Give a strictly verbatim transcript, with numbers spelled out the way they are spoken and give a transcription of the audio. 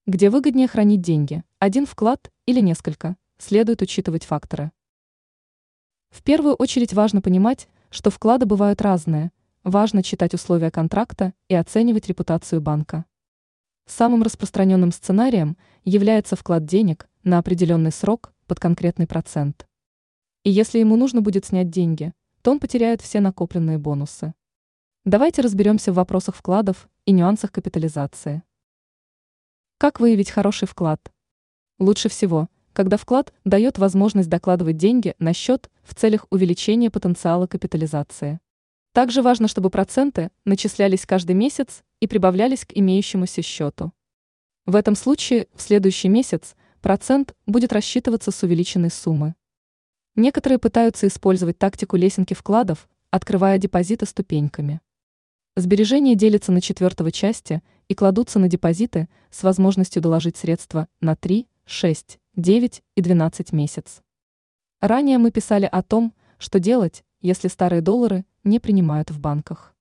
Где выгоднее хранить деньги, один вклад или несколько, следует учитывать факторы. В первую очередь важно понимать, что вклады бывают разные, важно читать условия контракта и оценивать репутацию банка. Самым распространенным сценарием является вклад денег на определенный срок под конкретный процент. И если ему нужно будет снять деньги, то он потеряет все накопленные бонусы. Давайте разберемся в вопросах вкладов и нюансах капитализации. Как выявить хороший вклад? Лучше всего, когда вклад дает возможность докладывать деньги на счет в целях увеличения потенциала капитализации. Также важно, чтобы проценты начислялись каждый месяц и прибавлялись к имеющемуся счету. В этом случае в следующий месяц процент будет рассчитываться с увеличенной суммы. Некоторые пытаются использовать тактику лесенки вкладов, открывая депозиты ступеньками. Сбережения делятся на четвертого части и кладутся на депозиты с возможностью доложить средства на три, шесть, девять и двенадцать месяцев. Ранее мы писали о том, что делать, если старые доллары не принимают в банках.